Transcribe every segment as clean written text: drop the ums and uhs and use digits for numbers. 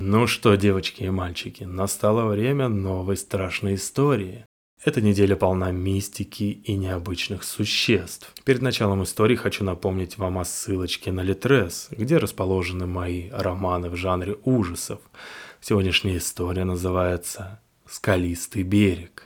Ну что, девочки и мальчики, настало время новой страшной истории. Эта неделя полна мистики и необычных существ. Перед началом истории хочу напомнить вам о ссылочке на Литрес, где расположены мои романы в жанре ужасов. Сегодняшняя история называется «Скалистый берег».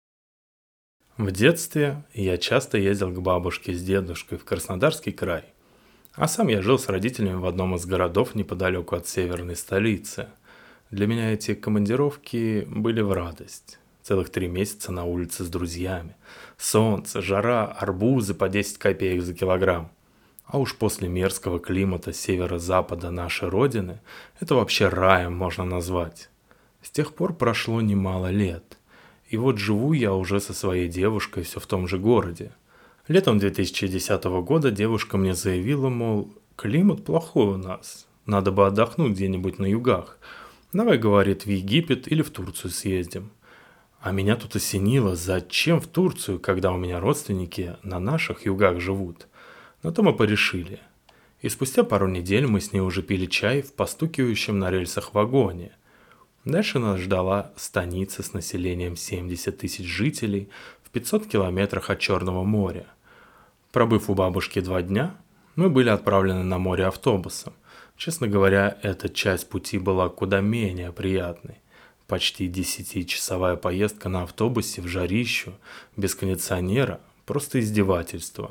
В детстве я часто ездил к бабушке с дедушкой в Краснодарский край. А сам я жил с родителями в одном из городов неподалеку от северной столицы. Для меня эти командировки были в радость. Целых 3 месяца на улице с друзьями. Солнце, жара, арбузы по 10 копеек за килограмм. А уж после мерзкого климата северо-запада нашей родины это вообще раем можно назвать. С тех пор прошло немало лет. И вот живу я уже со своей девушкой все в том же городе. Летом 2010 года девушка мне заявила, мол, климат плохой у нас, надо бы отдохнуть где-нибудь на югах. Давай, говорит, в Египет или в Турцию съездим. А меня тут осенило, зачем в Турцию, когда у меня родственники на наших югах живут. На то мы порешили. И спустя пару недель мы с ней уже пили чай в постукивающем на рельсах вагоне. Дальше нас ждала станица с населением 70 тысяч жителей в 500 километрах от Черного моря. Пробыв у бабушки 2 дня, мы были отправлены на море автобусом. Честно говоря, эта часть пути была куда менее приятной. Почти 10-часовая поездка на автобусе в жарищу, без кондиционера, просто издевательство.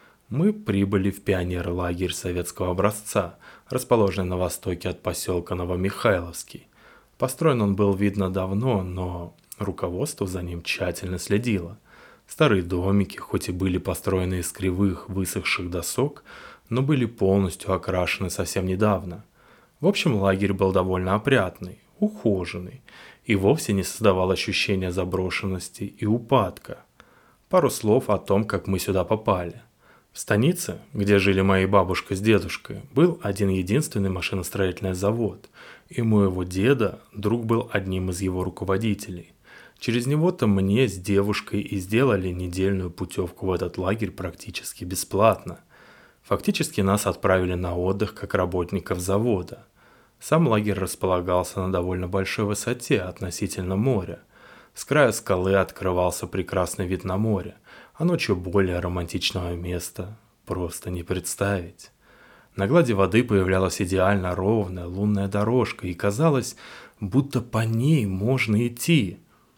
Мы прибыли в пионер-лагерь советского образца, расположенный на востоке от поселка Новомихайловский. Построен он был, видно, давно, но руководство за ним тщательно следило. Старые домики, хоть и были построены из кривых, высохших досок, но были полностью окрашены совсем недавно. В общем, лагерь был довольно опрятный, ухоженный и вовсе не создавал ощущения заброшенности и упадка. Пару слов о том, как мы сюда попали. В станице, где жили мои бабушка с дедушкой, был один-единственный машиностроительный завод, и моего деда друг был одним из его руководителей. Через него-то мне с девушкой и сделали недельную путевку в этот лагерь практически бесплатно. Фактически нас отправили на отдых как работников завода. Сам лагерь располагался на довольно большой высоте относительно моря. С края скалы открывался прекрасный вид на море, а ночью более романтичного места просто не представить. На глади воды появлялась идеально ровная лунная дорожка, и казалось, будто по ней можно идти.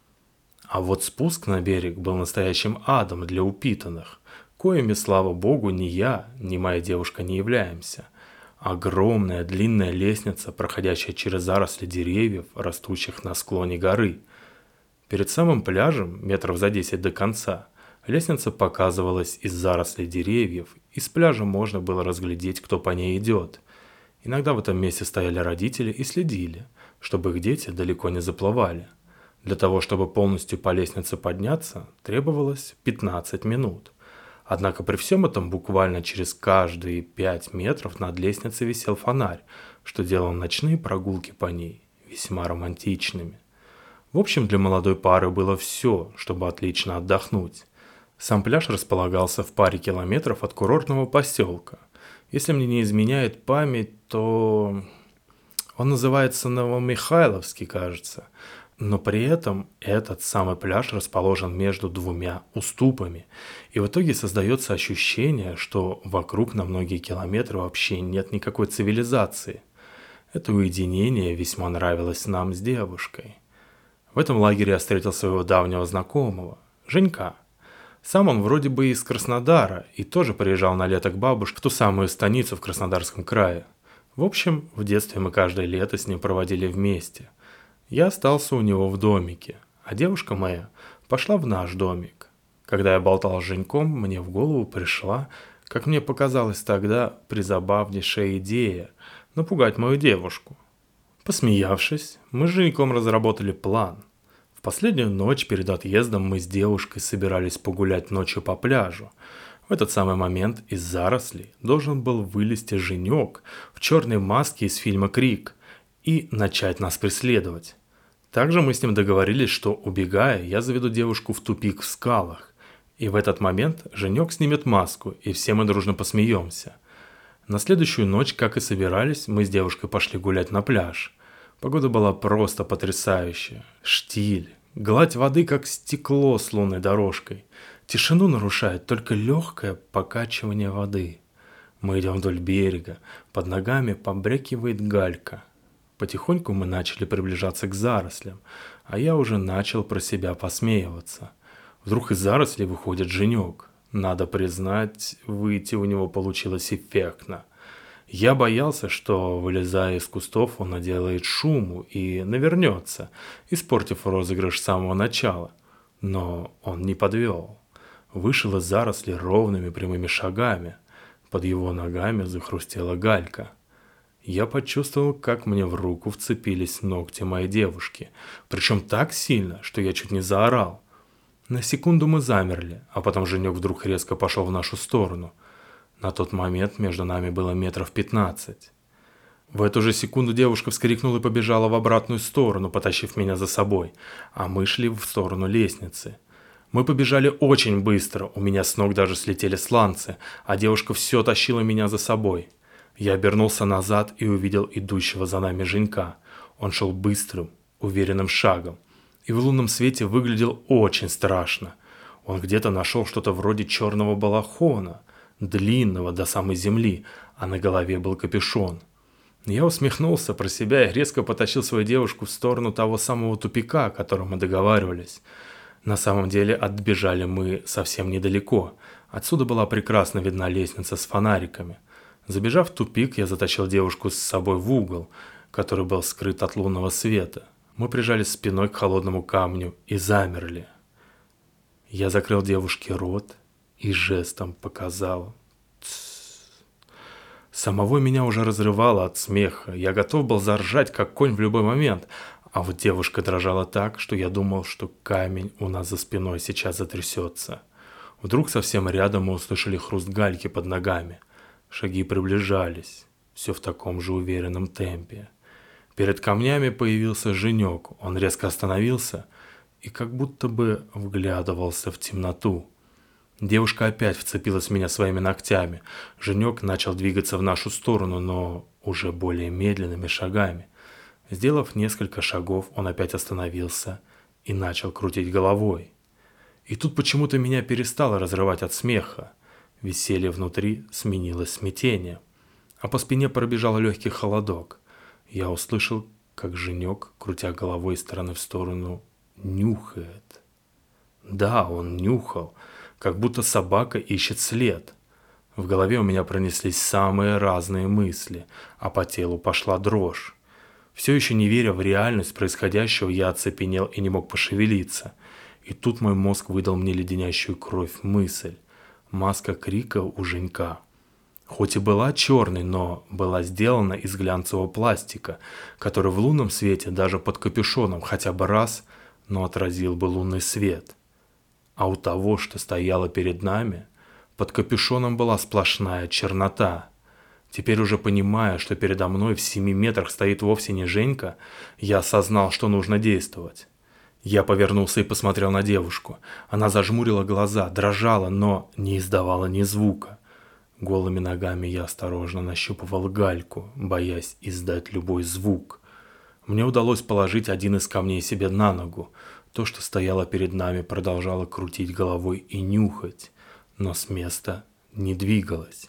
А вот спуск на берег был настоящим адом для упитанных, коими, слава богу, ни я, ни моя девушка не являемся. Огромная длинная лестница, проходящая через заросли деревьев, растущих на склоне горы. Перед самым пляжем, метров за 10 до конца, лестница показывалась из зарослей деревьев, и с пляжа можно было разглядеть, кто по ней идет. Иногда в этом месте стояли родители и следили, чтобы их дети далеко не заплывали. Для того, чтобы полностью по лестнице подняться, требовалось 15 минут. Однако при всем этом буквально через каждые 5 метров над лестницей висел фонарь, что делало ночные прогулки по ней весьма романтичными. В общем, для молодой пары было все, чтобы отлично отдохнуть. Сам пляж располагался в паре километров от курортного поселка. Если мне не изменяет память, то он называется Новомихайловский, кажется. Но при этом этот самый пляж расположен между 2 уступами. И в итоге создается ощущение, что вокруг на многие километры вообще нет никакой цивилизации. Это уединение весьма нравилось нам с девушкой. В этом лагере я встретил своего давнего знакомого, Женька. Сам он вроде бы из Краснодара и тоже приезжал на лето к бабушке в ту самую станицу в Краснодарском крае. В общем, в детстве мы каждое лето с ним проводили вместе. Я остался у него в домике, а девушка моя пошла в наш домик. Когда я болтал с Женьком, мне в голову пришла, как мне показалось тогда, призабавнейшая идея – напугать мою девушку. Посмеявшись, мы с Женьком разработали план. В последнюю ночь перед отъездом мы с девушкой собирались погулять ночью по пляжу. В этот самый момент из зарослей должен был вылезти Женек в черной маске из фильма «Крик» и начать нас преследовать. Также мы с ним договорились, что, убегая, я заведу девушку в тупик в скалах. И в этот момент Женек снимет маску, и все мы дружно посмеемся. На следующую ночь, как и собирались, мы с девушкой пошли гулять на пляж. Погода была просто потрясающая. Штиль, гладь воды, как стекло с лунной дорожкой. Тишину нарушает только легкое покачивание воды. Мы идем вдоль берега, под ногами побрякивает галька. Потихоньку мы начали приближаться к зарослям, а я уже начал про себя посмеиваться. Вдруг из зарослей выходит Женек. Надо признать, выйти у него получилось эффектно. Я боялся, что, вылезая из кустов, он наделает шуму и навернется, испортив розыгрыш с самого начала. Но он не подвел. Вышел из зарослей ровными прямыми шагами. Под его ногами захрустела галька. Я почувствовал, как мне в руку вцепились ногти моей девушки, причем так сильно, что я чуть не заорал. На секунду мы замерли, а потом Женек вдруг резко пошел в нашу сторону. На тот момент между нами было метров 15. В эту же секунду девушка вскрикнула и побежала в обратную сторону, потащив меня за собой, а мы шли в сторону лестницы. Мы побежали очень быстро, у меня с ног даже слетели сланцы, а девушка все тащила меня за собой. Я обернулся назад и увидел идущего за нами Женька. Он шел быстрым, уверенным шагом. И в лунном свете выглядел очень страшно. Он где-то нашел что-то вроде черного балахона, длинного до самой земли, а на голове был капюшон. Я усмехнулся про себя и резко потащил свою девушку в сторону того самого тупика, о котором мы договаривались. На самом деле отбежали мы совсем недалеко. Отсюда была прекрасно видна лестница с фонариками. Забежав в тупик, я затащил девушку с собой в угол, который был скрыт от лунного света. Мы прижались спиной к холодному камню и замерли. Я закрыл девушке рот и жестом показал. Самого меня уже разрывало от смеха. Я готов был заржать, как конь в любой момент. А вот девушка дрожала так, что я думал, что камень у нас за спиной сейчас затрясется. Вдруг совсем рядом мы услышали хруст гальки под ногами. Шаги приближались, все в таком же уверенном темпе. Перед камнями появился Женек. Он резко остановился и как будто бы вглядывался в темноту. Девушка опять вцепилась в меня своими ногтями. Женек начал двигаться в нашу сторону, но уже более медленными шагами. Сделав несколько шагов, он опять остановился и начал крутить головой. И тут почему-то меня перестало разрывать от смеха. Веселье внутри сменилось смятением, а по спине пробежал легкий холодок. Я услышал, как Женек, крутя головой из стороны в сторону, нюхает. Да, он нюхал, как будто собака ищет след. В голове у меня пронеслись самые разные мысли, а по телу пошла дрожь. Все еще не веря в реальность происходящего, я оцепенел и не мог пошевелиться. И тут мой мозг выдал мне леденящую кровь мысль. Маска крика у Женька. Хоть и была черной, но была сделана из глянцевого пластика, который в лунном свете даже под капюшоном хотя бы раз, но отразил бы лунный свет. А у того, что стояло перед нами, под капюшоном была сплошная чернота. Теперь уже понимая, что передо мной в 7 метрах стоит вовсе не Женька, я осознал, что нужно действовать. Я повернулся и посмотрел на девушку. Она зажмурила глаза, дрожала, но не издавала ни звука. Голыми ногами я осторожно нащупывал гальку, боясь издать любой звук. Мне удалось положить один из камней себе на ногу. То, что стояло перед нами, продолжало крутить головой и нюхать, но с места не двигалось.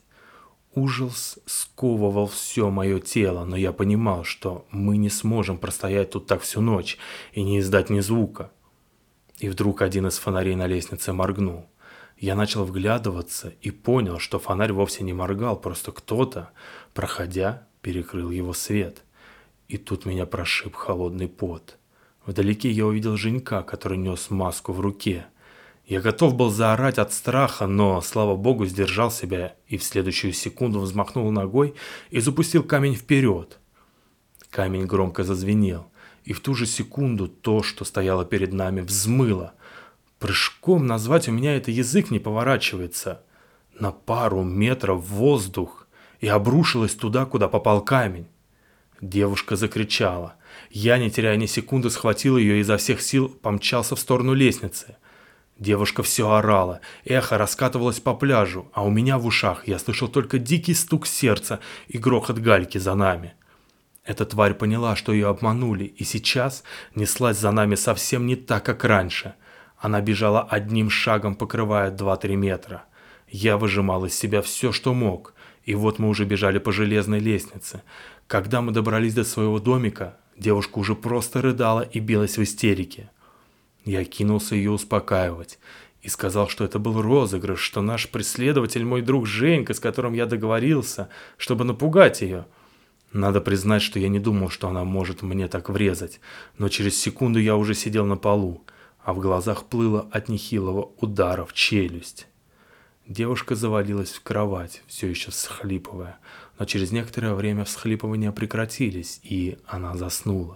Ужас сковывал все мое тело, но я понимал, что мы не сможем простоять тут так всю ночь и не издать ни звука. И вдруг один из фонарей на лестнице моргнул. Я начал вглядываться и понял, что фонарь вовсе не моргал, просто кто-то, проходя, перекрыл его свет. И тут меня прошиб холодный пот. Вдалеке я увидел Женька, который нес маску в руке. Я готов был заорать от страха, но, слава богу, сдержал себя и в следующую секунду взмахнул ногой и запустил камень вперед. Камень громко зазвенел, и в ту же секунду то, что стояло перед нами, взмыло. Прыжком назвать у меня это язык не поворачивается. На пару метров в воздух и обрушилась туда, куда попал камень. Девушка закричала. Я, не теряя ни секунды, схватил ее и изо всех сил помчался в сторону лестницы. Девушка все орала, эхо раскатывалось по пляжу, а у меня в ушах я слышал только дикий стук сердца и грохот гальки за нами. Эта тварь поняла, что ее обманули, и сейчас неслась за нами совсем не так, как раньше. Она бежала одним шагом, покрывая 2-3 метра. Я выжимал из себя все, что мог, и вот мы уже бежали по железной лестнице. Когда мы добрались до своего домика, девушка уже просто рыдала и билась в истерике. Я кинулся ее успокаивать и сказал, что это был розыгрыш, что наш преследователь мой друг Женька, с которым я договорился, чтобы напугать ее. Надо признать, что я не думал, что она может мне так врезать, но через секунду я уже сидел на полу, а в глазах плыло от нехилого удара в челюсть. Девушка завалилась в кровать, все еще всхлипывая, но через некоторое время всхлипывания прекратились, и она заснула.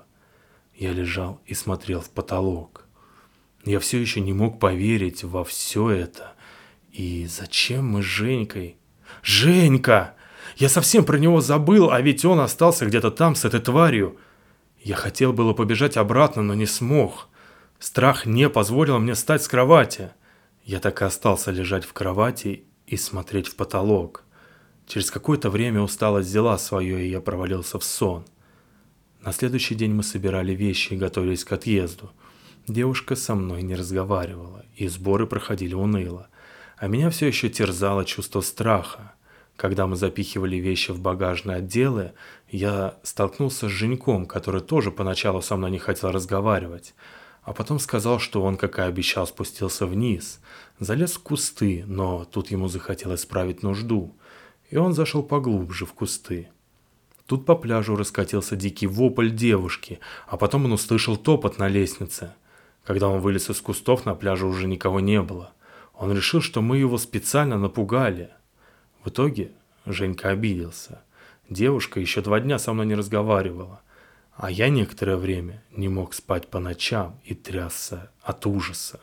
Я лежал и смотрел в потолок. Я все еще не мог поверить во все это. И зачем мы с Женькой? Женька! Я совсем про него забыл, а ведь он остался где-то там с этой тварью. Я хотел было побежать обратно, но не смог. Страх не позволил мне встать с кровати. Я так и остался лежать в кровати и смотреть в потолок. Через какое-то время усталость взяла свое, и я провалился в сон. На следующий день мы собирали вещи и готовились к отъезду. Девушка со мной не разговаривала, и сборы проходили уныло. А меня все еще терзало чувство страха. Когда мы запихивали вещи в багажные отделы, я столкнулся с Женьком, который тоже поначалу со мной не хотел разговаривать. А потом сказал, что он, как и обещал, спустился вниз, залез в кусты, но тут ему захотелось справить нужду, и он зашел поглубже в кусты. Тут по пляжу раскатился дикий вопль девушки, а потом он услышал топот на лестнице. Когда он вылез из кустов, на пляже уже никого не было. Он решил, что мы его специально напугали. В итоге Женька обиделся. Девушка еще 2 дня со мной не разговаривала, а я некоторое время не мог спать по ночам и трясся от ужаса.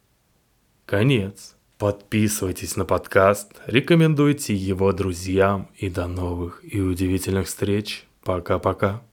Конец. Подписывайтесь на подкаст, рекомендуйте его друзьям и до новых и удивительных встреч. Пока-пока.